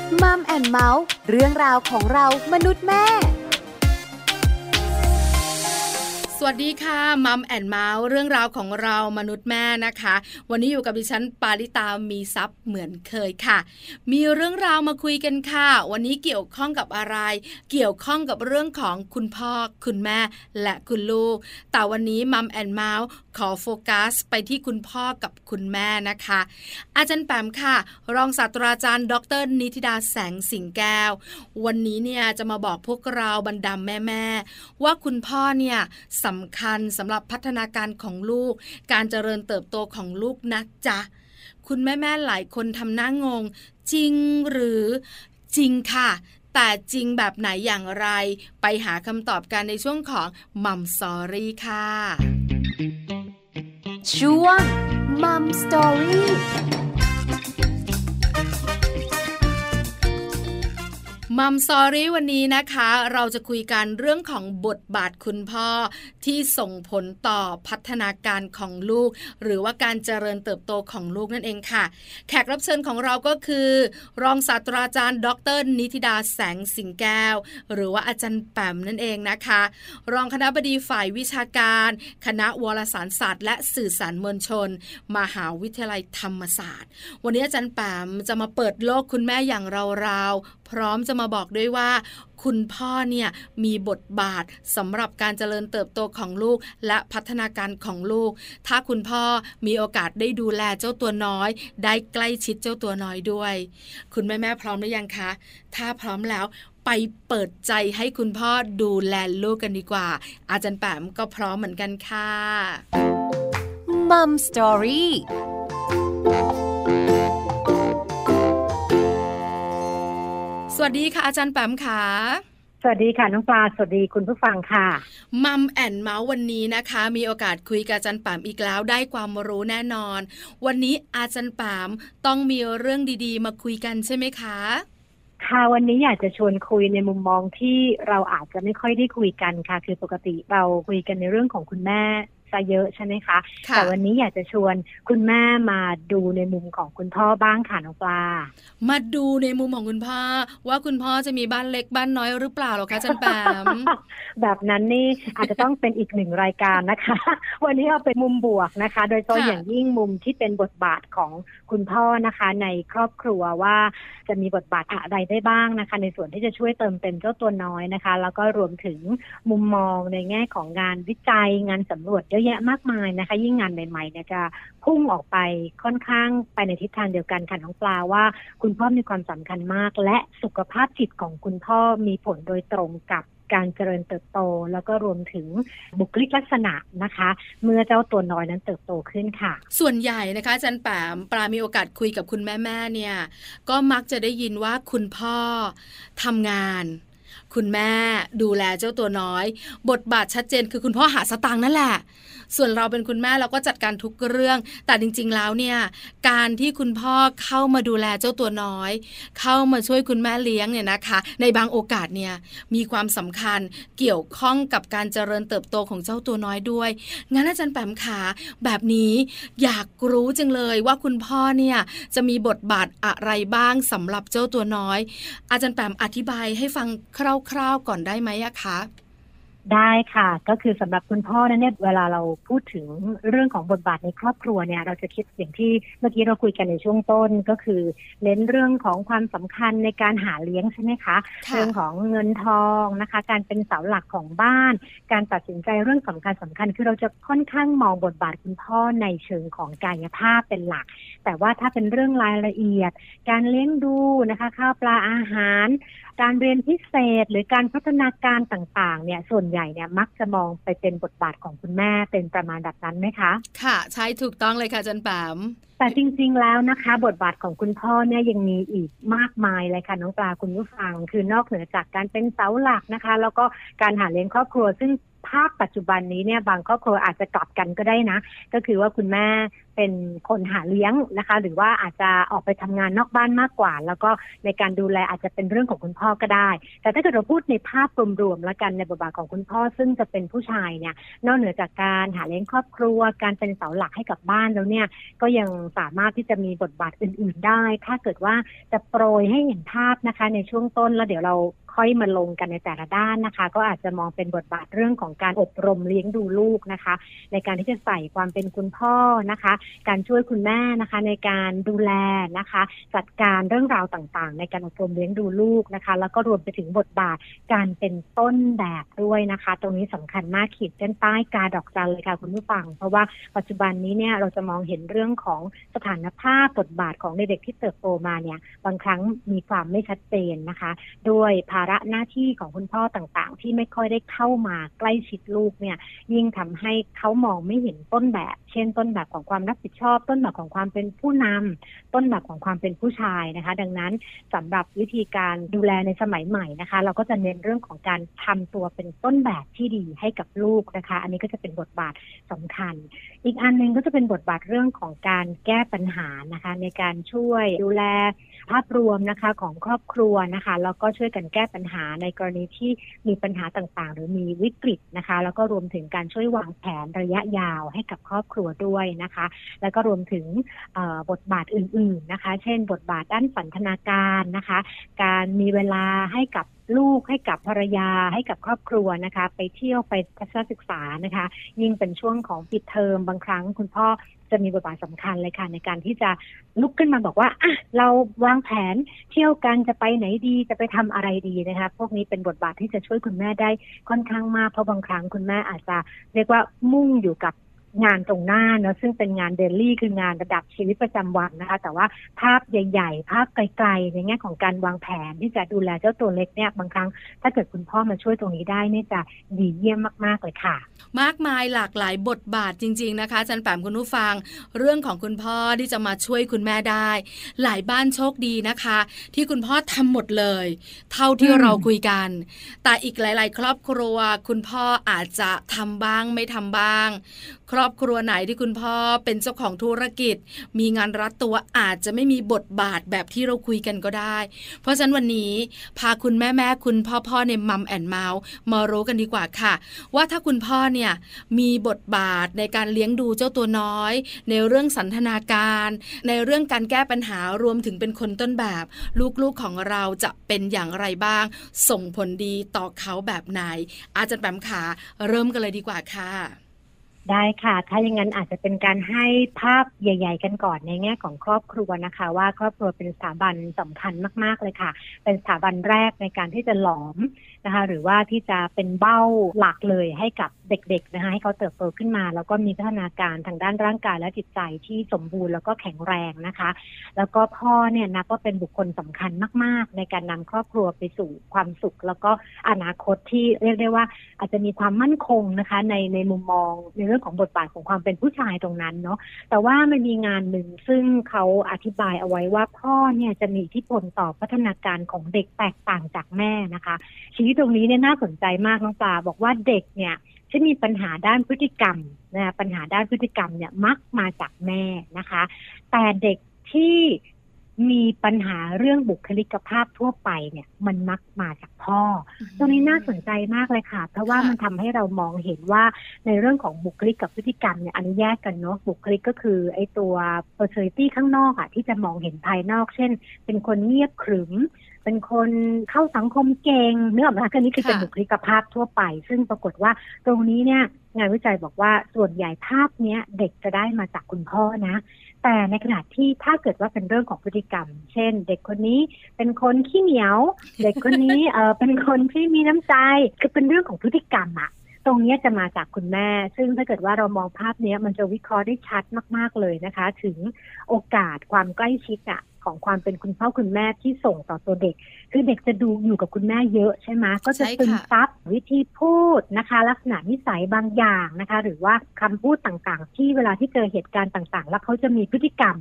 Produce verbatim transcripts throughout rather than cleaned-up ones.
มัมแอนด์เมาส์เรื่องราวของเรามนุษย์แม่สวัสดีค่ะมัมแอนด์เมาส์เรื่องราวของเรามนุษย์แม่นะคะวันนี้อยู่กับดิฉันปาริตามีซัพ์เหมือนเคยค่ะมีเรื่องราวมาคุยกันค่ะวันนี้เกี่ยวข้องกับอะไรเกี่ยวข้องกับเรื่องของคุณพ่อคุณแม่และคุณลูกแต่วันนี้มัมแอนด์เมาส์ขอโฟกัสไปที่คุณพ่อกับคุณแม่นะคะอาจารย์แปมค่ะรองศาสตราจารย์ดรนิติดาแสงสิงแก้ววันนี้เนี่ยจะมาบอกพวกเราบรรดาแม่ๆว่าคุณพ่อเนี่ยสำคัญสำหรับพัฒนาการของลูกการเจริญเติบโตของลูกนะจ๊ะคุณแม่ๆหลายคนทำหน้างงจริงหรือจริงค่ะแต่จริงแบบไหนอย่างไรไปหาคำตอบกันในช่วงของมัมสตอรี่ค่ะช่วงมัมสตอรี่มัมสอรี่วันนี้นะคะเราจะคุยกันเรื่องของบทบาทคุณพ่อที่ส่งผลต่อพัฒนาการของลูกหรือว่าการเจริญเติบโตของลูกนั่นเองค่ะแขกรับเชิญของเราก็คือรองศาสตราจารย์ดรนิติดาแสงสิงแก้วหรือว่าอาจารย์แปมนั่นเองนะคะรองคณบดีฝ่ายวิชาการคณะวารสารศาสตร์และสื่อสารมวลชนมหาวิทยาลัยธรรมศาสตร์วันนี้อาจารย์แปมจะมาเปิดโลกคุณแม่อย่างเราๆพร้อมจะมาบอกด้วยว่าคุณพ่อเนี่ยมีบทบาทสำหรับการเจริญเติบโตของลูกและพัฒนาการของลูกถ้าคุณพ่อมีโอกาสได้ดูแลเจ้าตัวน้อยได้ใกล้ชิดเจ้าตัวน้อยด้วยคุณแม่ๆพร้อมหรือยังคะถ้าพร้อมแล้วไปเปิดใจให้คุณพ่อดูแลลูกกันดีกว่าอาจารย์แปมก็พร้อมเหมือนกันค่ะมัมสตอรี่สวัสดีค่ะอาจารย์แปมค่ะสวัสดีค่ะน้องปลาสวัสดีคุณผู้ฟังค่ะมัมแอนเมาส์วันนี้นะคะมีโอกาสคุยกับอาจารย์แปมอีกแล้วได้ความรู้แน่นอนวันนี้อาจารย์แปมต้องมีเรื่องดีๆมาคุยกันใช่ไหมคะค่ะวันนี้อยากจะชวนคุยในมุมมองที่เราอาจจะไม่ค่อยได้คุยกันค่ะคือปกติเราคุยกันในเรื่องของคุณแม่ซะเยอะใช่ไหมคะแต่วันนี้อยากจะชวนคุณแม่มาดูในมุมของคุณพ่อบ้างค่ะน้องปลามาดูในมุมของคุณพ่อว่าคุณพ่อจะมีบ้านเล็กบ้านน้อยหรือเปล่าหรอคะอาจารย์แปมแบบนั้นนี่อาจจะต้องเป็นอีกหนึ่งรายการนะคะวันนี้เอาเป็นมุมบวกนะคะโดยเฉพาะอย่างยิ่งมุมที่เป็นบทบาทของคุณพ่อนะคะในครอบครัวว่าจะมีบทบาทอะไรได้บ้างนะคะในส่วนที่จะช่วยเติมเต็มเจ้าตัวน้อยนะคะแล้วก็รวมถึงมุมมองในแง่ของงานวิจัยงานสำรวจเยอะแยะมากมายนะคะยิ่งงานใหม่ๆเนี่ยจะพุ่งออกไปค่อนข้างไปในทิศทางเดียวกันค่ะน้องปลาว่าคุณพ่อมีความสำคัญมากและสุขภาพจิตของคุณพ่อมีผลโดยตรงกับการเจริญเติบโตแล้วก็รวมถึงบุคลิกลักษณะนะคะเมื่อเจ้าตัวน้อยนั้นเติบโตขึ้นค่ะส่วนใหญ่นะคะอาจารย์แปมปลามีโอกาสคุยกับคุณแม่ๆเนี่ยก็มักจะได้ยินว่าคุณพ่อทำงานคุณแม่ดูแลเจ้าตัวน้อยบทบาทชัดเจนคือคุณพ่อหาสตางค์นั่นแหละส่วนเราเป็นคุณแม่เราก็จัดการทุกเรื่องแต่จริงๆแล้วเนี่ยการที่คุณพ่อเข้ามาดูแลเจ้าตัวน้อยเข้ามาช่วยคุณแม่เลี้ยงเนี่ยนะคะในบางโอกาสเนี่ยมีความสำคัญเกี่ยวข้องกับการเจริญเติบโตของเจ้าตัวน้อยด้วยงั้นอาจารย์แปมขาแบบนี้อยากรู้จังเลยว่าคุณพ่อเนี่ยจะมีบทบาทอะไรบ้างสำหรับเจ้าตัวน้อยอาจารย์แปมอธิบายให้ฟังคร่าวๆก่อนได้ไหมอะคะได้ค่ะก็คือสำหรับคุณพ่อนั้นเนี่ยเวลาเราพูดถึงเรื่องของบทบาทในครอบครัวเนี่ยเราจะคิดอย่างที่เมื่อกี้เราคุยกันในช่วงต้นก็คือเน้นเรื่องของความสำคัญในการหาเลี้ยงใช่ไหมคะเรื่องของเงินทองนะคะการเป็นเสาหลักของบ้านการตัดสินใจเรื่องสำคัญสำคัญคือเราจะค่อนข้างมองบทบาทคุณพ่อในเชิงของกายภาพเป็นหลักแต่ว่าถ้าเป็นเรื่องรายละเอียดการเลี้ยงดูนะคะข้าวปลาอาหารการเรียนพิเศษหรือการพัฒนาการต่างๆเนี่ยส่วนใหญ่เนี่ยมักจะมองไปเป็นบทบาทของคุณแม่เป็นประมาณแบบนั้นไหมคะค่ะใช่ถูกต้องเลยค่ะอาจารย์แปมแต่จริงๆแล้วนะคะบทบาทของคุณพ่อเนี่ยยังมีอีกมากมายเลยค่ะน้องปลาคุณผู้ฟังคือนอกเหนือจากการเป็นเสาหลักนะคะแล้วก็การหาเลี้ยงครอบครัวซึ่งภาพปัจจุบันนี้เนี่ยบางครอบครัวอาจจะกลับกันก็ได้นะก็คือว่าคุณแม่เป็นคนหาเลี้ยงนะคะหรือว่าอาจจะออกไปทำงานนอกบ้านมากกว่าแล้วก็ในการดูแลอาจจะเป็นเรื่องของคุณพ่อก็ได้แต่ถ้าเกิดเราพูดในภาพรวมๆแล้วกันในบทบาทของคุณพ่อซึ่งจะเป็นผู้ชายเนี่ยนอกเหนือจากการหาเลี้ยงครอบครัวการเป็นเสาหลักให้กับบ้านแล้วเนี่ยก็ยังสามารถที่จะมีบทบาทอื่นๆได้ถ้าเกิดว่าจะโปรยให้เห็นภาพนะคะในช่วงต้นแล้วเดี๋ยวเราค่อยมาลงกันในแต่ละด้านนะคะก็อาจจะมองเป็นบทบาทเรื่องของการอบรมเลี้ยงดูลูกนะคะในการที่จะใส่ความเป็นคุณพ่อนะคะการช่วยคุณแม่นะคะในการดูแลนะคะจัดการเรื่องราวต่างๆในการอบรมเลี้ยงดูลูกนะคะแล้วก็รวมไปถึงบทบาทการเป็นต้นแบบด้วยนะคะตรงนี้สำคัญมากขีดเส้นใต้กาดอกจันเลยค่ะคุณผู้ฟังเพราะว่าปัจจุบันนี้เนี่ยเราจะมองเห็นเรื่องของสถานภาพบทบาทของเด็กๆที่เติบโตมาเนี่ยบางครั้งมีความไม่ชัดเจนนะคะด้วยภาระหน้าที่ของคุณพ่อต่างๆที่ไม่ค่อยได้เข้ามาใกล้ชิดลูกเนี่ยยิ่งทำให้เขามองไม่เห็นต้นแบบเช่นต้นแบบของความรับผิดชอบต้นแบบของความเป็นผู้นำต้นแบบของความเป็นผู้ชายนะคะดังนั้นสำหรับวิธีการดูแลในสมัยใหม่นะคะเราก็จะเน้นเรื่องของการทำตัวเป็นต้นแบบที่ดีให้กับลูกนะคะอันนี้ก็จะเป็นบทบาทสำคัญอีกอันนึงก็จะเป็นบทบาทเรื่องของการแก้ปัญหานะคะในการช่วยดูแลภาพรวมนะคะของครอบครัวนะคะแล้วก็ช่วยกันแก้ปัญหาในกรณีที่มีปัญหาต่างๆหรือมีวิกฤตนะคะแล้วก็รวมถึงการช่วยวางแผนระยะยาวให้กับครอบครัวด้วยนะคะแล้วก็รวมถึงบทบาทอื่นๆนะคะเช่นบทบาทด้านสันทนาการนะคะการมีเวลาให้กับลูกให้กับภรรยาให้กับครอบครัวนะคะไปเที่ยวไปทัศนศึกษานะคะยิ่งเป็นช่วงของปิดเทอมบางครั้งคุณพ่อจะมีบทบาทสำคัญเลยค่ะในการที่จะลุกขึ้นมาบอกว่าอ่ะเราวางแผนเที่ยวกันจะไปไหนดีจะไปทำอะไรดีนะคะพวกนี้เป็นบทบาทที่จะช่วยคุณแม่ได้ค่อนข้างมากเพราะบางครั้งคุณแม่อาจจะเรียกว่ามุ่งอยู่กับงานตรงหน้าเนาะซึ่งเป็นงานเดลี่คืองานระดับชีวิตประจำวันนะคะแต่ว่าภาพใหญ่ๆภาพไกลๆในแง่ของการวางแผนที่จะดูแลเจ้าตัวเล็กเนี่ยบางครั้งถ้าเกิดคุณพ่อมาช่วยตรงนี้ได้นี่จะดีเยี่ยมมากๆเลยค่ะมากมายหลากหลายบทบาทจริงๆนะคะอาจารย์แปมคุณผู้ฟังเรื่องของคุณพ่อที่จะมาช่วยคุณแม่ได้หลายบ้านโชคดีนะคะที่คุณพ่อทำหมดเลยเท่าที่เราคุยกันแต่อีกหลายๆครอบครัวคุณพ่ออาจจะทำบ้างไม่ทำบ้างครอบครัวไหนที่คุณพ่อเป็นเจ้าของธุรกิจมีงานรัดตัวอาจจะไม่มีบทบาทแบบที่เราคุยกันก็ได้เพราะฉะนั้นวันนี้พาคุณแม่แม่คุณพ่อพ่อในมัมแอนด์เมาส์มารู้กันดีกว่าค่ะว่าถ้าคุณพ่อเนี่ยมีบทบาทในการเลี้ยงดูเจ้าตัวน้อยในเรื่องสันทนาการในเรื่องการแก้ปัญหารวมถึงเป็นคนต้นแบบลูกๆของเราจะเป็นอย่างไรบ้างส่งผลดีต่อเขาแบบไหนอาจารย์แปมขาเริ่มกันเลยดีกว่าค่ะได้ค่ะถ้าอย่างนั้นอาจจะเป็นการให้ภาพใหญ่ๆกันก่อนในแง่ของครอบครัวนะคะว่าครอบครัวเป็นสถาบันสำคัญมากๆเลยค่ะเป็นสถาบันแรกในการที่จะหลอมนะคะหรือว่าที่จะเป็นเบ้าหลักเลยให้กับเด็กๆนะคะให้เขาเติบโตขึ้นมาแล้วก็มีพัฒนาการทางด้านร่างกายและจิตใจที่สมบูรณ์แล้วก็แข็งแรงนะคะแล้วก็พ่อเนี่ยนับว่าเป็นบุคคลสำคัญมากๆในการนำครอบครัวไปสู่ความสุขแล้วก็อนาคตที่เรียกได้ว่าอาจจะมีความมั่นคงนะคะในในมุมมองในเรื่องของบทบาทของความเป็นผู้ชายตรงนั้นเนาะแต่ว่ามันมีงานหนึ่งซึ่งเขาอธิบายเอาไว้ว่าพ่อเนี่ยจะมีอิทธิพลต่อพัฒนาการของเด็กแตกต่างจากแม่นะคะชีวิตตรงนี้เนี่ยน่าสนใจมากน้องปลาบอกว่าเด็กเนี่ยที่มีปัญหาด้านพฤติกรรมนะปัญหาด้านพฤติกรรมเนี่ยมักมาจากแม่นะคะแต่เด็กที่มีปัญหาเรื่องบุคลิกภาพทั่วไปเนี่ยมันมักมาจากพ่อตรงนี้น่าสนใจมากเลยค่ะเพราะว่ามันทำให้เรามองเห็นว่าในเรื่องของบุคลิกกับพฤติกรรมเนี่ยอันนี้แยกกันเนาะบุคลิกก็คือไอ้ตัว personality ข้างนอกอะที่จะมองเห็นภายนอกเช่นเป็นคนเงียบขรึมเป็นคนเข้าสังคมเก่งเนื้อออกมาคือนี่คือเป็นบุคลิกภาพทั่วไปซึ่งปรากฏว่าตรงนี้เนี่ยงานวิจัยบอกว่าส่วนใหญ่ภาพเนี้ยเด็กจะได้มาจากคุณพ่อนะแต่ในขณะที่ถ้าเกิดว่าเป็นเรื่องของพฤติกรรมเช่นเด็กคนนี้เป็นคนขี้เหนียวเด็กคนนี้เออเป็นคนที่มีน้ำใจคือเป็นเรื่องของพฤติกรรมอะตรงนี้จะมาจากคุณแม่ซึ่งถ้าเกิดว่าเรามองภาพนี้มันจะวิเคราะห์ได้ชัดมากๆเลยนะคะถึงโอกาสความใกล้ชิดอะของความเป็นคุณพ่อคุณแม่ที่ส่งต่อตัวเด็กคือเด็กจะดูอยู่กับคุณแม่เยอะใช่ไหมก็จะซึมซับวิธีพูดนะคะลักษณะนิสัยบางอย่างนะคะหรือว่าคำพูดต่างๆที่เวลาที่เจอเหตุการณ์ต่างๆแล้วเขาจะมีพฤติกรรม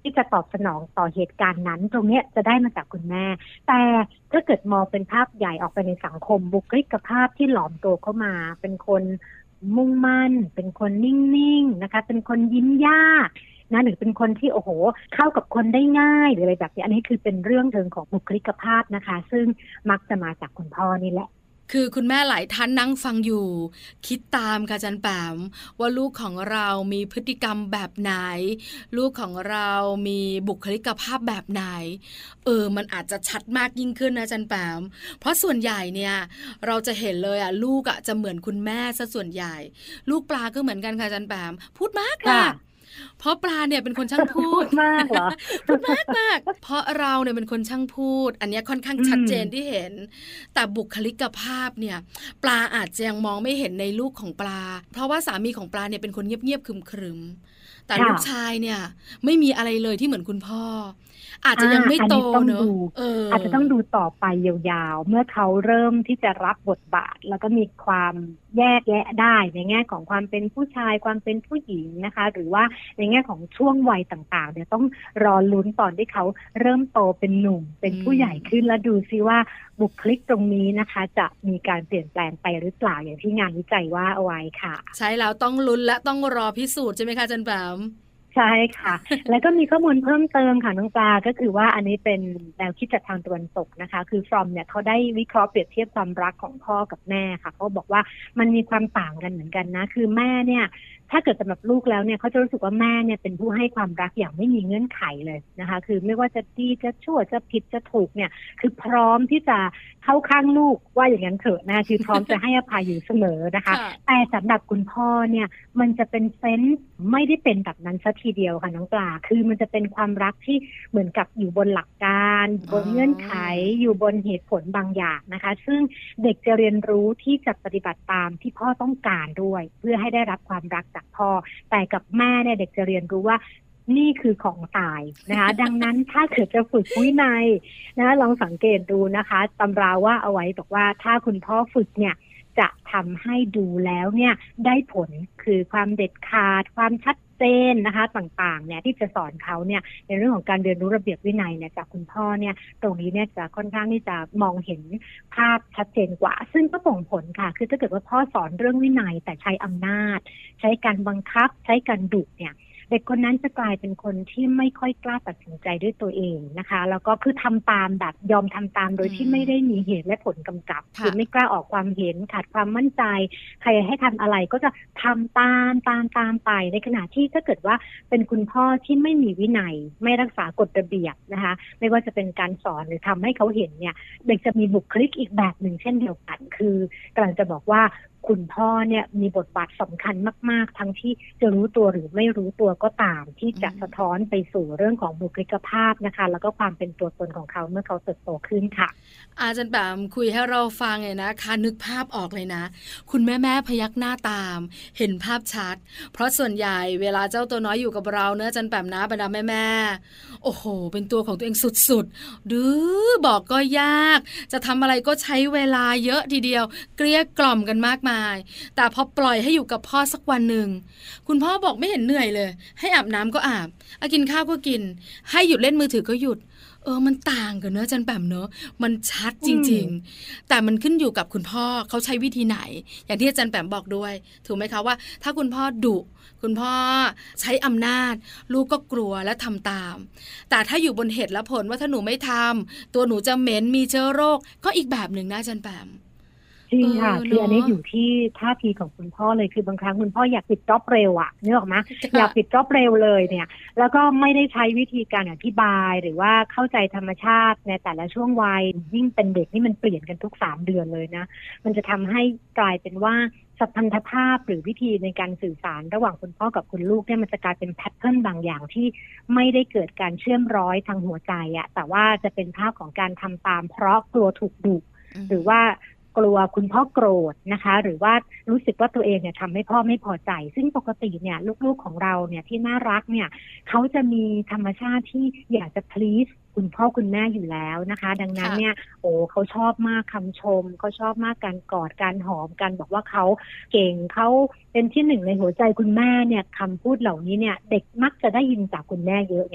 ที่จะตอบสนองต่อเหตุการณ์นั้นตรงนี้จะได้มาจากคุณแม่แต่ถ้าเกิดมองเป็นภาพใหญ่ออกไปในสังคมบุคลิกภาพที่หลอมตัวเข้ามาเป็นคนมุ่งมั่นเป็นคนนิ่งๆนะคะเป็นคนยิ้มยากนะหรือเป็นคนที่โอ้โหเข้ากับคนได้ง่ายหรืออะไรแบบนี้อันนี้คือเป็นเรื่องเชิงของบุคลิกภาพนะคะซึ่งมักจะมาจากคุณพ่อนี่แหละคือคุณแม่หลายท่านนั่งฟังอยู่คิดตามค่ะอาจารย์แปมว่าลูกของเรามีพฤติกรรมแบบไหนลูกของเรามีบุคลิกภาพแบบไหนเออมันอาจจะชัดมากยิ่งขึ้นนะอาจารย์แปมเพราะส่วนใหญ่เนี่ยเราจะเห็นเลยอ่ะลูกอ่ะจะเหมือนคุณแม่ซะส่วนใหญ่ลูกปลาก็เหมือนกันค่ะอาจารย์แปมพูดมากมากเพราะปลาเนี่ยเป็นคนช่างพูดมากเหรอพูดมากมากเพราะเราเนี่ยเป็นคนช่างพูดอันนี้ค่อนข้างชัดเจนที่เห็นแต่บุคลิกภาพเนี่ยปลาอาจจะยังมองไม่เห็นในลูกของปลาเพราะว่าสามีของปลาเนี่ยเป็นคนเงียบๆขรึมๆแต่ลูกชายเนี่ยไม่มีอะไรเลยที่เหมือนคุณพ่ออาจจะยังไม่โตเนอะอาจจะต้องดูต่อไปยาวๆเมื่อเขาเริ่มที่จะรับบทบาทแล้วก็มีความแยกแยะได้ในแง่ของความเป็นผู้ชายความเป็นผู้หญิงนะคะหรือว่าในแง่ของช่วงวัยต่างๆเนี่ยต้องรอลุ้นตอนที่เขาเริ่มโตเป็นหนุ่มเป็นผู้ใหญ่ขึ้นแล้วดูซิว่าบุคลิกตรงนี้นะคะจะมีการเปลี่ยนแปลงไปหรือเปล่าอย่างที่งานวิจัยว่าเอาไว้ค่ะใช่แล้วต้องลุ้นและต้องรอพิสูจน์ใช่ไหมคะจันแปมใช่ค่ะ แล้วก็มีข้อมูลเพิ่มเติมค่ะน้องปลาก็คือว่าอันนี้เป็นแนวคิดจากทางตะวันตกนะคะคือ from เนี่ยเขาได้วิเคราะห์เปรียบเทียบความรักของพ่อกับแม่ค่ะเขาบอกว่ามันมีความต่างกันเหมือนกันนะคือแม่เนี่ยถ้าเกิดสำหรับลูกแล้วเนี่ยเขาจะรู้สึกว่าแม่เนี่ยเป็นผู้ให้ความรักอย่างไม่มีเงื่อนไขเลยนะคะคือไม่ว่าจะดีจะชั่วจะผิดจะถูกเนี่ยคือพร้อมที่จะเข้าข้างลูกว่าอย่างนั้นเถอะนะคือพร้อมจะให้อภัยอยู่เสมอนะคะแต่สำหรับคุณพ่อเนี่ยมันจะเป็นเซนส์ไม่ได้เป็นแบบนั้นซะทีเดียวค่ะน้องปลาคือมันจะเป็นความรักที่เหมือนกับอยู่บนหลักการบนเงื่อนไขอยู่บนเหตุผลบางอย่างนะคะซึ่งเด็กจะเรียนรู้ที่จะปฏิบัติตามที่พ่อต้องการด้วยเพื่อให้ได้รับความรักจากพ่อแต่กับแม่เนี่ยเด็กจะเรียนรู้ว่านี่คือของตายนะคะดังนั้นถ้าเกิดจะฝึกวินัยนะลองสังเกตดูนะคะตำราว่าเอาไว้บอกว่าถ้าคุณพ่อฝึกเนี่ยจะทำให้ดูแล้วเนี่ยได้ผลคือความเด็ดขาดความชัดเจนนะคะต่างๆเนี่ยที่จะสอนเขาเนี่ยในเรื่องของการเรียนรู้ระเบียบวินัยเนี่ยจากคุณพ่อเนี่ยตรงนี้เนี่ยจะค่อนข้างที่จะมองเห็นภาพชัดเจนกว่าซึ่งก็ส่งผลค่ะคือถ้าเกิดว่าพ่อสอนเรื่องวินัยแต่ใช้อำนาจใช้การบังคับใช้การดุเนี่ยเด็กคนนั้นจะกลายเป็นคนที่ไม่ค่อยกล้าตัดสินใจด้วยตัวเองนะคะแล้วก็คือทำตามแบบยอมทำตามโดยที่ไม่ได้มีเหตุและผลกำกับคือไม่กล้าออกความเห็นขาดความมั่นใจใครให้ทำอะไรก็จะทำตามตามตามไปในขณะที่ถ้าเกิดว่าเป็นคุณพ่อที่ไม่มีวินัยไม่รักษากฎระเบียบนะคะไม่ว่าจะเป็นการสอนหรือทำให้เขาเห็นเนี่ยเด็กจะมีบุคลิกอีกแบบหนึ่งเช่นเดียวกันคือกำลังจะบอกว่าคุณพ่อเนี่ยมีบทบาทสำคัญมากๆทั้งที่จะรู้ตัวหรือไม่รู้ตัวก็ตามที่จะสะท้อนไปสู่เรื่องของบุคลิกภาพนะคะแล้วก็ความเป็นตัวตนของเขาเมื่อเขาเติบโตขึ้นค่ะอาจารย์แปมคุยให้เราฟังเลยนะคะนึกภาพออกเลยนะคุณแม่แม่พยักหน้าตามเห็นภาพชัดเพราะส่วนใหญ่เวลาเจ้าตัวน้อยอยู่กับเราเนื้ออาจารย์แปมนะบรรดาแม่แม่โอ้โหเป็นตัวของตัวเองสุดๆดื้อบอกก็ยากจะทำอะไรก็ใช้เวลาเยอะทีเดียวเกลี้ยกล่อมกันมากมายแต่พอปล่อยให้อยู่กับพ่อสักวันหนึ่งคุณพ่อบอกไม่เห็นเหนื่อยเลยให้อาบน้ำก็อาบเอากินข้าวก็กินให้หยุดเล่นมือถือก็หยุดเออมันต่างกันเนอะจันแปมเนอะมันชัดจริงๆแต่มันขึ้นอยู่กับคุณพ่อเขาใช้วิธีไหนอย่างที่อาจารย์แปมบอกด้วยถูกไหมคะว่าถ้าคุณพ่อดุคุณพ่อใช้อำนาจลูกก็กลัวและทำตามแต่ถ้าอยู่บนเหตุและผลว่าถ้าหนูไม่ทำตัวหนูจะเหม็นมีเชื้อโรคก็อีกแบบหนึ่งนะอาจารย์แปมจริงค่ะคืออันนี้อยู่ที่ท่าทีของคุณพ่อเลยคือบางครั้งคุณพ่ออยากปิดจ็อบเร็วอ่ะนึกออกไหมอยากปิดจ็อบเร็วเลยเนี่ยแล้วก็ไม่ได้ใช้วิธีการอธิบายหรือว่าเข้าใจธรรมชาติในแต่ละช่วงวัยยิ่งเป็นเด็กนี่มันเปลี่ยนกันทุกสามเดือนเลยนะมันจะทำให้กลายเป็นว่าสัมพันธภาพหรือวิธีในการสื่อสารระหว่างคุณพ่อกับคุณลูกเนี่ยมันจะกลายเป็นแพทเทิร์นบางอย่างที่ไม่ได้เกิดการเชื่อมร้อยทางหัวใจอะแต่ว่าจะเป็นภาพของการทำตามเพราะกลัวถูกดุหรือว่ากลัวคุณพ่อโกรธนะคะหรือว่ารู้สึกว่าตัวเองเนี่ยทำให้พ่อไม่พอใจซึ่งปกติเนี่ยลูกๆของเราเนี่ยที่น่ารักเนี่ยเขาจะมีธรรมชาติที่อยากจะ please คุณพ่อคุณแม่อยู่แล้วนะคะดังนั้นเนี่ยโอ้เขาชอบมากคำชมเขาชอบมากการกอดการหอมกันบอกว่าเขาเก่งเขาเป็นที่หนึ่งในหัวใจคุณแม่เนี่ยคำพูดเหล่านี้เนี่ยเด็กมักจะได้ยินจากคุณแม่เยอะไงฉ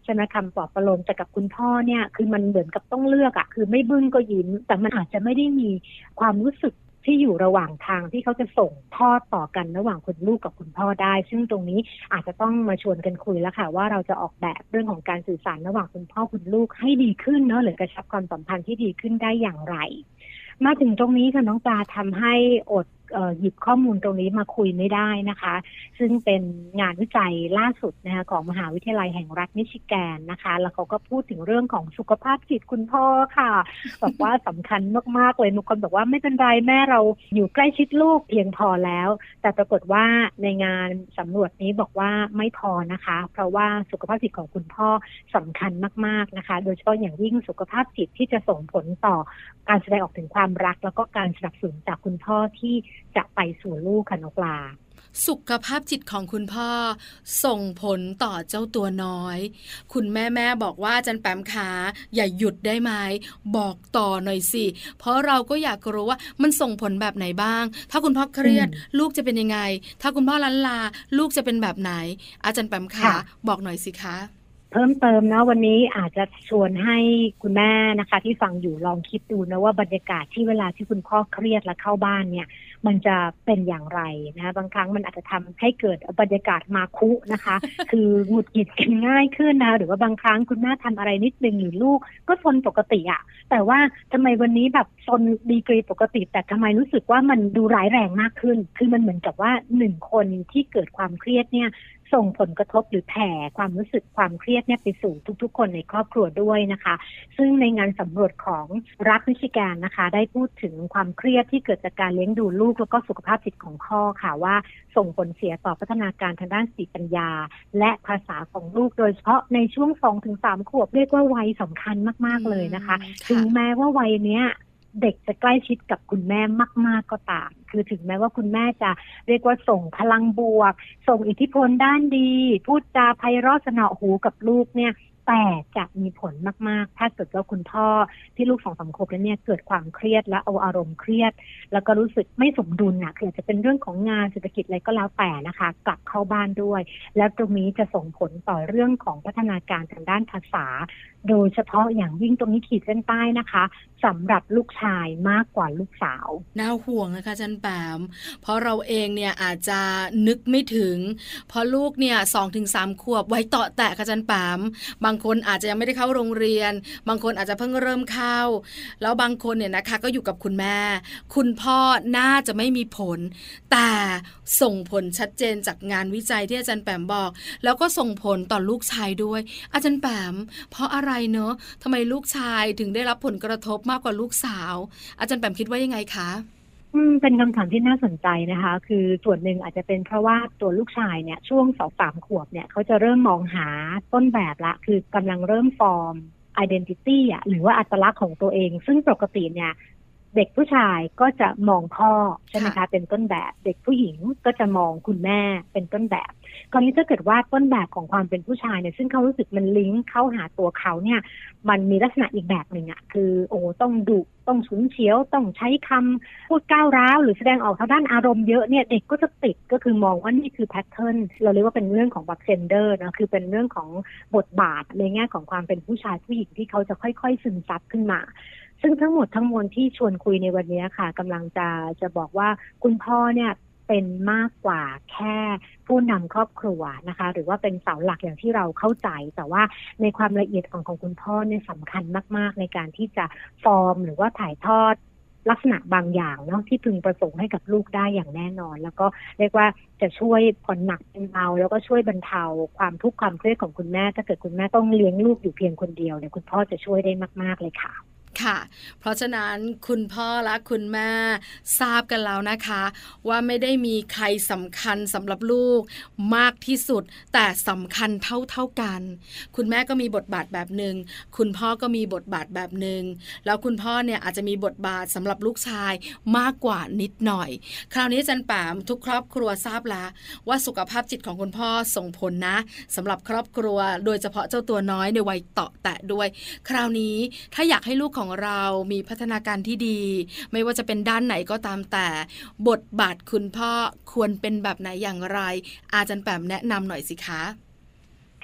ช่ไหมคำปลอบประโลมแต่กับคุณพ่อเนี่ยคือมันเหมือนกับต้องเลือกอะคือไม่บึ้งก็ยิ้มแต่มันอาจจะไม่ได้มีความรู้สึกที่อยู่ระหว่างทางที่เขาจะส่งทอดต่อกันระหว่างคุณลูกกับคุณพ่อได้ซึ่งตรงนี้อาจจะต้องมาชวนกันคุยแล้วค่ะว่าเราจะออกแบบเรื่องของการสื่อสารระหว่างคุณพ่อคุณลูกให้ดีขึ้นเนาะหรือกระชับความสัมพันธ์ที่ดีขึ้นได้อย่างไรมาถึงตรงนี้ค่ะน้องปลาทำให้อดหยิบข้อมูลตรงนี้มาคุยไม่ได้นะคะซึ่งเป็นงานวิจัยล่าสุดนะคะของมหาวิทยาลัยแห่งรัฐมิชิแกนนะคะแล้วเขาก็พูดถึงเรื่องของสุขภาพจิตคุณพ่อค่ะบอกว่าสำคัญมากๆเลยบางคนบอกว่าไม่เป็นไรแม่เราอยู่ใกล้ชิดลูกเพียงพอแล้วแต่ปรากฏว่าในงานสำรวจนี้บอกว่าไม่พอนะคะเพราะว่าสุขภาพจิตของคุณพ่อสำคัญมากๆนะคะโดยเฉพาะอย่างยิ่งสุขภาพจิตที่จะส่งผลต่อการแสดงออกถึงความรักแล้วก็การสนับสนุนจากคุณพ่อที่จะไปสู่ลูกค่ะน้องปลาสุขภาพจิตของคุณพ่อส่งผลต่อเจ้าตัวน้อยคุณแม่แม่บอกว่าอาจารย์แปมขาอย่าหยุดได้ไหมบอกต่อหน่อยสิเพราะเราก็อยากรู้ว่ามันส่งผลแบบไหนบ้างถ้าคุณพ่อเครียดลูกจะเป็นยังไงถ้าคุณพ่อลันลาลูกจะเป็นแบบไหนอาจารย์แปมขาบอกหน่อยสิคะเพิ่มเติมนะวันนี้อาจจะชวนให้คุณแม่นะคะที่ฟังอยู่ลองคิดดูนะว่าบรรยากาศที่เวลาที่คุณพ่อเครียดและเข้าบ้านเนี่ยมันจะเป็นอย่างไรนะคะบางครั้งมันอาจจะทำให้เกิดบรรยากาศมาคุนะคะ คือหงุดหงิดกันง่ายขึ้นนะหรือว่าบางครั้งคุณแม่ทำอะไรนิดนึงหรือลูกก็ซนปกติอะแต่ว่าทำไมวันนี้แบบซนดีกรีปกติแต่ทำไมรู้สึกว่ามันดูร้ายแรงมากขึ้นคือมันเหมือนกับว่าหนึ่งคนที่เกิดความเครียดเนี่ยส่งผลกระทบหรือแผ่ความรู้สึกความเครียดเนี่ยไปสู่ทุกๆคนในครอบครัวด้วยนะคะซึ่งในงานสำรวจของรัฐมิชิแกนนะคะได้พูดถึงความเครียดที่เกิดจากการเลี้ยงดูลูกแล้วก็สุขภาพจิตของพ่อค่ะว่าส่งผลเสียต่อพัฒนาการทางด้านสติปัญญาและภาษาของลูกโดยเฉพาะในช่วง สองถึงสาม ขวบเรียกว่าวัยสำคัญมากๆเลยนะคะถึงแม้ว่าวัยเนี้ยเด็กจะใกล้ชิดกับคุณแม่มากๆก็ตามคือถึงแม้ว่าคุณแม่จะเรียกว่าส่งพลังบวกส่งอิทธิพลด้านดีพูดจาไพเราะสนอหูกับลูกเนี่ยแต่จะมีผลมากๆถ้าเกิดว่าคุณพ่อที่ลูกสองสามขวบแล้วเนี่ยเกิดความเครียดและเอาอารมณ์เครียดแล้วก็รู้สึกไม่สมดุลนะคืออาจจะเป็นเรื่องของงานเศรษฐกิจอะไรก็แล้วแต่นะคะกลับเข้าบ้านด้วยแล้วตรงนี้จะส่งผลต่อเรื่องของพัฒนาการทางด้านภาษาโดยเฉพาะอย่างยิ่งตรงนี้ขีดเส้นใต้นะคะสำหรับลูกชายมากกว่าลูกสาวน่าห่วงนะคะจันแปมเพราะเราเองเนี่ยอาจจะนึกไม่ถึงเพราะลูกเนี่ย สองถึงสาม ขวบไว้เตาะแตะค่ะจันแปมบางคนอาจจะยังไม่ได้เข้าโรงเรียนบางคนอาจจะเพิ่งเริ่มเข้าแล้วบางคนเนี่ยนะคะก็อยู่กับคุณแม่คุณพ่อน่าจะไม่มีผลแต่ส่งผลชัดเจนจากงานวิจัยที่อาจารย์แปมบอกแล้วก็ส่งผลต่อลูกชายด้วยอาจารย์แปมเพราะอะไรเนอะทำไมลูกชายถึงได้รับผลกระทบมากกว่าลูกสาวอาจารย์แปมคิดว่ายังไงคะอืมเป็นคำถามที่น่าสนใจนะคะคือส่วนหนึ่งอาจจะเป็นเพราะว่าตัวลูกชายเนี่ยช่วงสองสามขวบเนี่ยเขาจะเริ่มมองหาต้นแบบละคือกำลังเริ่มฟอร์ม identity อ่ะหรือว่าอัตลักษณ์ของตัวเองซึ่งปกติเนี่ยเด็กผู้ชายก็จะมองพ่อใช่ไหมคะเป็นต้นแบบเด็กผู้หญิงก็จะมองคุณแม่เป็นต้นแบบคราวนี้ถ้าเกิดว่าต้นแบบของความเป็นผู้ชายเนี่ยซึ่งเขารู้สึกมันลิงก์เข้าหาตัวเขาเนี่ยมันมีลักษณะอีกแบบหนึ่งอ่ะคือโอ้ต้องดุต้องฉุนเฉียวต้องใช้คำพูดก้าวร้าวหรือแสดงออกทางด้านอารมณ์เยอะเนี่ยเด็กก็จะติดก็คือมองว่านี่คือแพทเทิร์นเราเรียกว่าเป็นเรื่องของแบบเจนเดอร์นะคือเป็นเรื่องของบทบาทในแง่ของความเป็นผู้ชายผู้หญิงที่เขาจะค่อยๆซึมซับขึ้นมาซึ่งทั้งหมดทั้งมวลที่ชวนคุยในวันนี้ค่ะกำลังจะจะบอกว่าคุณพ่อเนี่ยเป็นมากกว่าแค่ผู้นำครอบครัวนะคะหรือว่าเป็นเสาหลักอย่างที่เราเข้าใจแต่ว่าในความละเอียดของของคุณพ่อเนี่ยสำคัญมากๆในการที่จะฟอร์มหรือว่าถ่ายทอดลักษณะบางอย่างเนาะที่พึงประสงค์ให้กับลูกได้อย่างแน่นอนแล้วก็เรียกว่าจะช่วยผ่อนหนักเป็นเบาแล้วก็ช่วยบรรเทาความทุกข์ความเครียดของคุณแม่ถ้าเกิดคุณแม่ต้องเลี้ยงลูกอยู่เพียงคนเดียวเนี่ยคุณพ่อจะช่วยได้มากๆเลยค่ะค่ะเพราะฉะนั้นคุณพ่อและคุณแม่ทราบกันแล้วนะคะว่าไม่ได้มีใครสำคัญสำหรับลูกมากที่สุดแต่สำคัญเท่าๆกันคุณแม่ก็มีบทบาทแบบหนึ่งคุณพ่อก็มีบทบาทแบบหนึ่งแล้วคุณพ่อเนี่ยอาจจะมีบทบาทสำหรับลูกชายมากกว่านิดหน่อยคราวนี้อาจารย์แปมทุกครอบครัวทราบแล้วว่าสุขภาพจิตของคุณพ่อส่งผลนะสำหรับครอบครัวโดยเฉพาะเจ้าตัวน้อยในวัยเตาะแตะด้วยคราวนี้ถ้าอยากให้ลูกของเรามีพัฒนาการที่ดีไม่ว่าจะเป็นด้านไหนก็ตามแต่บทบาทคุณพ่อควรเป็นแบบไหนอย่างไรอาจารย์แปมแนะนำหน่อยสิคะ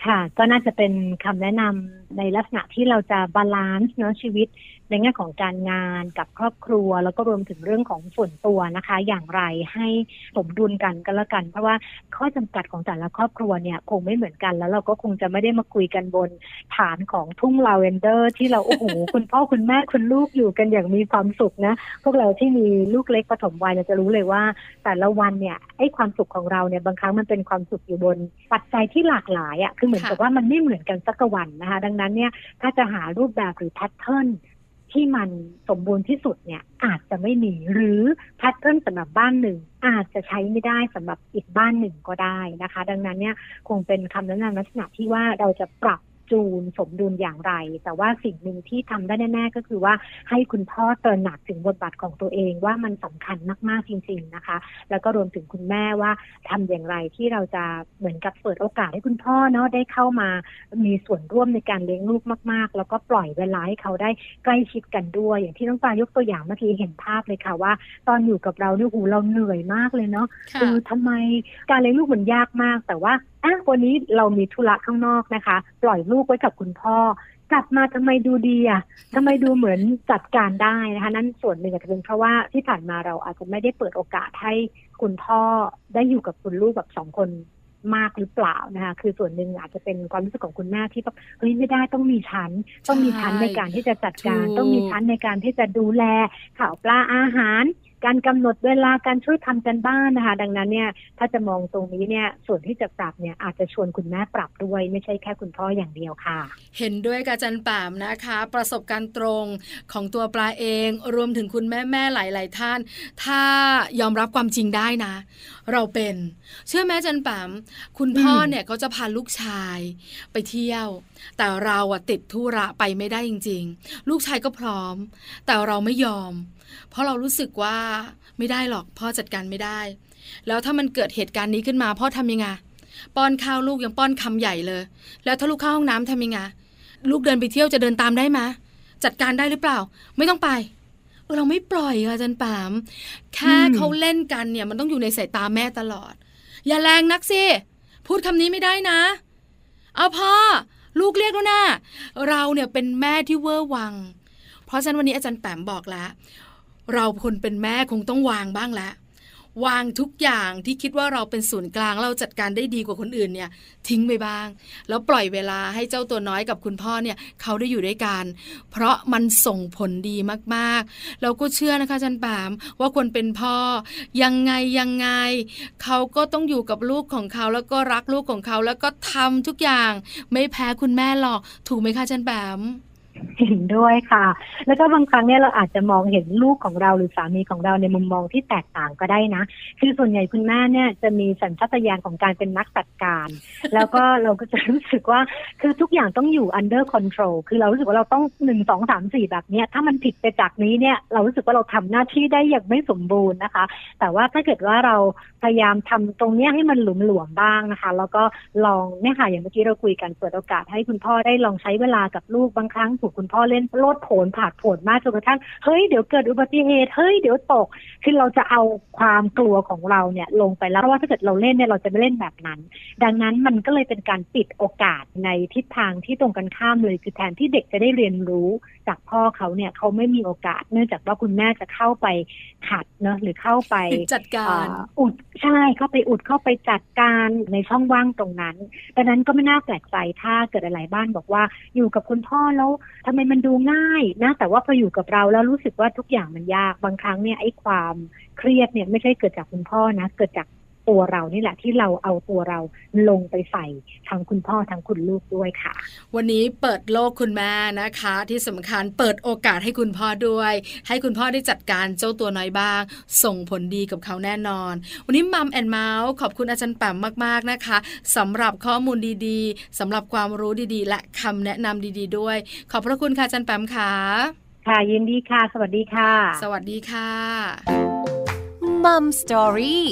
ค่ะก็น่าจะเป็นคำแนะนำในลักษณะที่เราจะบาลานซ์เนาะชีวิตในแง่ของการงานกับครอบครัวแล้วก็รวมถึงเรื่องของส่วนตัวนะคะอย่างไรให้สมดุลกันก็แล้วกันเพราะว่าข้อจำกัดของแต่ละครอบครัวเนี่ยคงไม่เหมือนกันแล้วเราก็คงจะไม่ได้มาคุยกันบนฐานของทุ่งลาเวนเดอร์ที่เราโอ้โห คุณพ่อคุณแม่คุณลูกอยู่กันอย่างมีความสุขนะพวกเราที่มีลูกเล็กปฐมวัยจะรู้เลยว่าแต่ละวันเนี่ยไอ้ความสุขของเราเนี่ยบางครั้งมันเป็นความสุขอยู่บนปัจจัยที่หลากหลายอ่ะคือเหมือนกับว่ามันไม่เหมือนกันสักวันนะคะดังนั้นเนี่ยถ้าจะหารูปแบบหรือแพทเทิร์นที่มันสมบูรณ์ที่สุดเนี่ยอาจจะไม่มีหรือแพทเทิร์นสำหรับบ้านหนึ่งอาจจะใช้ไม่ได้สำหรับอีกบ้านหนึ่งก็ได้นะคะดังนั้นเนี่ยคงเป็นคำแนะนำลักษณะที่ว่าเราจะปรับจูนสมดุลอย่างไรแต่ว่าสิ่งหนึ่งที่ทำได้แน่ๆก็คือว่าให้คุณพ่อตระหนักถึงบทบาทของตัวเองว่ามันสำคัญมากๆจริงๆนะคะแล้วก็รวมถึงคุณแม่ว่าทำอย่างไรที่เราจะเหมือนกับเปิดโอกาสให้คุณพ่อเนาะได้เข้ามามีส่วนร่วมในการเลี้ยงลูกมากๆแล้วก็ปล่อยเวลาให้เขาได้ใกล้ชิดกันด้วยอย่างที่น้องปลายกตัวอย่างเมื่อกี้เห็นภาพเลยค่ะว่าตอนอยู่กับเราเนี่ยหูเราเหนื่อยมากเลยเนาะคือทำไมการเลี้ยงลูกมันยากมากแต่ว่าอ่ะวันนี้เรามีธุระข้างนอกนะคะปล่อยลูกไว้กับคุณพ่อกลับมาทำไมดูดีอ่ะทำไมดูเหมือนจัดการได้นะคะนั่นส่วนหนึ่งอาจจะเป็นเพราะว่าที่ผ่านมาเราอาจจะไม่ได้เปิดโอกาสให้คุณพ่อได้อยู่กับคุณลูกแบบสองคนมากหรือเปล่านะคะคือส่วนหนึ่งอาจจะเป็นความรู้สึกของคุณแม่ที่แบบเฮ้ยไม่ได้ต้องมีชั้นต้องมีชั้นในการที่จะจัดการต้องมีชั้นในการที่จะดูแลข่าวปลาอาหารการกำหนดเวลาการช่วยทำกันบ้านนะคะดังนั้นเนี่ยถ้าจะมองตรงนี้เนี่ยส่วนที่จะปรับเนี่ยอาจจะชวนคุณแม่ปรับด้วยไม่ใช่แค่คุณพ่ออย่างเดียวค่ะเห็นด้วยกับอาจารย์ปามนะคะประสบการณ์ตรงของตัวปลาเองรวมถึงคุณแม่แม่หลายๆท่านถ้ายอมรับความจริงได้นะเราเป็นเชื่อไหมอาจารย์ปามคุณพ่อเนี่ยเขาจะพาลูกชายไปเที่ยวแต่เราอะติดธุระไปไม่ได้จริงๆลูกชายก็พร้อมแต่เราไม่ยอมเพราะเรารู้สึกว่าไม่ได้หรอกพ่อจัดการไม่ได้แล้วถ้ามันเกิดเหตุการณ์นี้ขึ้นมาพ่อทำยังไงป้อนข้าวลูกยังป้อนคำใหญ่เลยแล้วถ้าลูกเข้าห้องน้ำทำยังไงลูกเดินไปเที่ยวจะเดินตามได้ไหมจัดการได้หรือเปล่าไม่ต้องไปเออเราไม่ปล่อยค่ะอาจารย์ปามแค่เขาเล่นกันเนี่ยมันต้องอยู่ในสายตาแม่ตลอดอย่าแรงนักสิพูดคำนี้ไม่ได้นะเอาพ่อลูกเรียกแล้วนะเราเนี่ยเป็นแม่ที่เวอร์วังเพราะฉะนั้นวันนี้อาจารย์แปมบอกแล้วเราคนเป็นแม่คงต้องวางบ้างแล้ววางทุกอย่างที่คิดว่าเราเป็นศูนย์กลางเราจัดการได้ดีกว่าคนอื่นเนี่ยทิ้งไปบ้างแล้วปล่อยเวลาให้เจ้าตัวน้อยกับคุณพ่อเนี่ยเขาได้อยู่ด้วยกันเพราะมันส่งผลดีมากๆเราก็เชื่อนะคะอาจารย์ปามว่าคนเป็นพ่อยังไงยังไงเขาก็ต้องอยู่กับลูกของเขาแล้วก็รักลูกของเขาแล้วก็ทำทุกอย่างไม่แพ้คุณแม่หรอกถูกไหมคะอาจารย์ปามเห็นด้วยค่ะแล้วก็บางครั้งเนี่ยเราอาจจะมองเห็นลูกของเราหรือสามีของเราในมุมมองที่แตกต่างก็ได้นะคือส่วนใหญ่คุณแม่เนี่ยจะมีสัญชาตญาณของการเป็นนักจัดการแล้วก็เราก็จะรู้สึกว่าคือทุกอย่างต้องอยู่ under control คือเรารู้สึกว่าเราต้องหนึ่ง สอง สาม สี่แบบนี้ถ้ามันผิดไปจากนี้เนี่ยเรารู้สึกว่าเราทำหน้าที่ได้อย่างไม่สมบูรณ์นะคะแต่ว่าถ้าเกิดว่าเราพยายามทำตรงนี้ให้มันหลวมๆบ้างนะคะแล้วก็ลองเนี่ยค่ะอย่างเมื่อกี้เราคุยกันเปิดโอกาสให้คุณพ่อได้ลองใช้เวลากับลูกบางครั้งถูกคุณพ่อเล่นโลดโผนผาดโผนมากจนกระทั่งเฮ้ยเดี๋ยวเกิดอุบัติเหตุเฮ้ยเดี๋ยวตกคือเราจะเอาความกลัวของเราเนี่ยลงไปแล้วเพราะว่าถ้าเกิดเราเล่นเนี่ยเราจะไม่เล่นแบบนั้นดังนั้นมันก็เลยเป็นการปิดโอกาสในทิศทางที่ตรงกันข้ามเลยคือแทนที่เด็กจะได้เรียนรู้จากพ่อเขาเนี่ยเขาไม่มีโอกาสเนื่องจากว่าคุณแม่จะเข้าไปขัดเนาะหรือเข้าไปจัดการอุดใช่เข้าไปอุดเข้าไปจัดการในช่องว่างตรงนั้นดังนั้นก็ไม่น่าแปลกใจถ้าเกิดหลายๆบ้านบอกว่าอยู่กับคุณพ่อแล้วทำไมมันดูง่ายนะแต่ว่าพออยู่กับเราแล้วรู้สึกว่าทุกอย่างมันยากบางครั้งเนี่ยไอ้ความเครียดเนี่ยไม่ใช่เกิดจากคุณพ่อนะเกิดจากตัวเรานี่แหละที่เราเอาตัวเราลงไปใส่ทั้งคุณพ่อทั้งคุณลูกด้วยค่ะวันนี้เปิดโลกคุณแม่นะคะที่สำคัญเปิดโอกาสให้คุณพ่อด้วยให้คุณพ่อได้จัดการเจ้าตัวน้อยบ้างส่งผลดีกับเขาแน่นอนวันนี้มัมแอนด์เมาส์ขอบคุณอาจารย์แปมมากๆนะคะสำหรับข้อมูลดีๆสำหรับความรู้ดีๆและคำแนะนำดีๆด้วยขอบพระคุณค่ะอาจารย์แปมค่ะค่ะยินดีค่ะสวัสดีค่ะสวัสดีค่ะมัมสตอรี่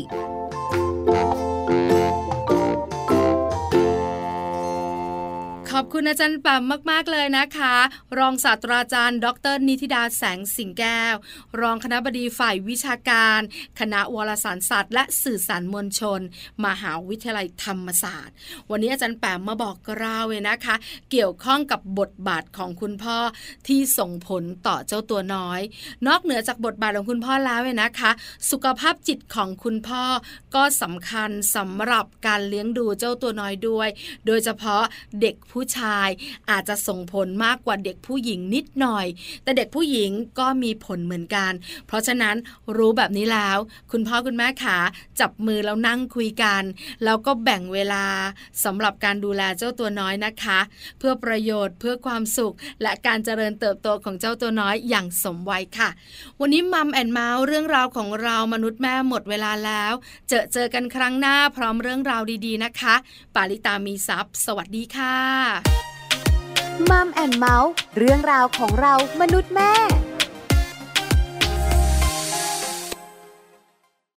ขอบคุณอาจารย์แปมมากๆเลยนะคะรองศาสตราจารย์ดรนิติดาแสงสิงแก้วรองคณบดีฝ่ายวิชาการคณะวารสารศาสตร์และสื่อสารมวลชนมหาวิทยาลัยธรรมศาสตร์วันนี้อาจารย์แปมมาบอกเราเลยนะคะเกี่ยวข้องกับบทบาทของคุณพ่อที่ส่งผลต่อเจ้าตัวน้อยนอกเหนือจากบทบาทของคุณพ่อแล้วเนี่ยนะคะสุขภาพจิตของคุณพ่อก็สำคัญสำหรับการเลี้ยงดูเจ้าตัวน้อยด้วยโดยเฉพาะเด็กผู้ชายอาจจะส่งผลมากกว่าเด็กผู้หญิงนิดหน่อยแต่เด็กผู้หญิงก็มีผลเหมือนกันเพราะฉะนั้นรู้แบบนี้แล้วคุณพ่อคุณแม่ขาจับมือแล้วนั่งคุยกันแล้วก็แบ่งเวลาสำหรับการดูแลเจ้าตัวน้อยนะคะเพื่อประโยชน์เพื่อความสุขและการเจริญเติบโตของเจ้าตัวน้อยอย่างสมวัยค่ะวันนี้มัมแอนเมาส์เรื่องราวของเรามนุษย์แม่หมดเวลาแล้วเจอเจอกันครั้งหน้าพร้อมเรื่องราวดีๆนะคะปาริตามีทรัพย์สวัสดีค่ะมัมแอนเมาส์เรื่องราวของเรามนุษย์แม่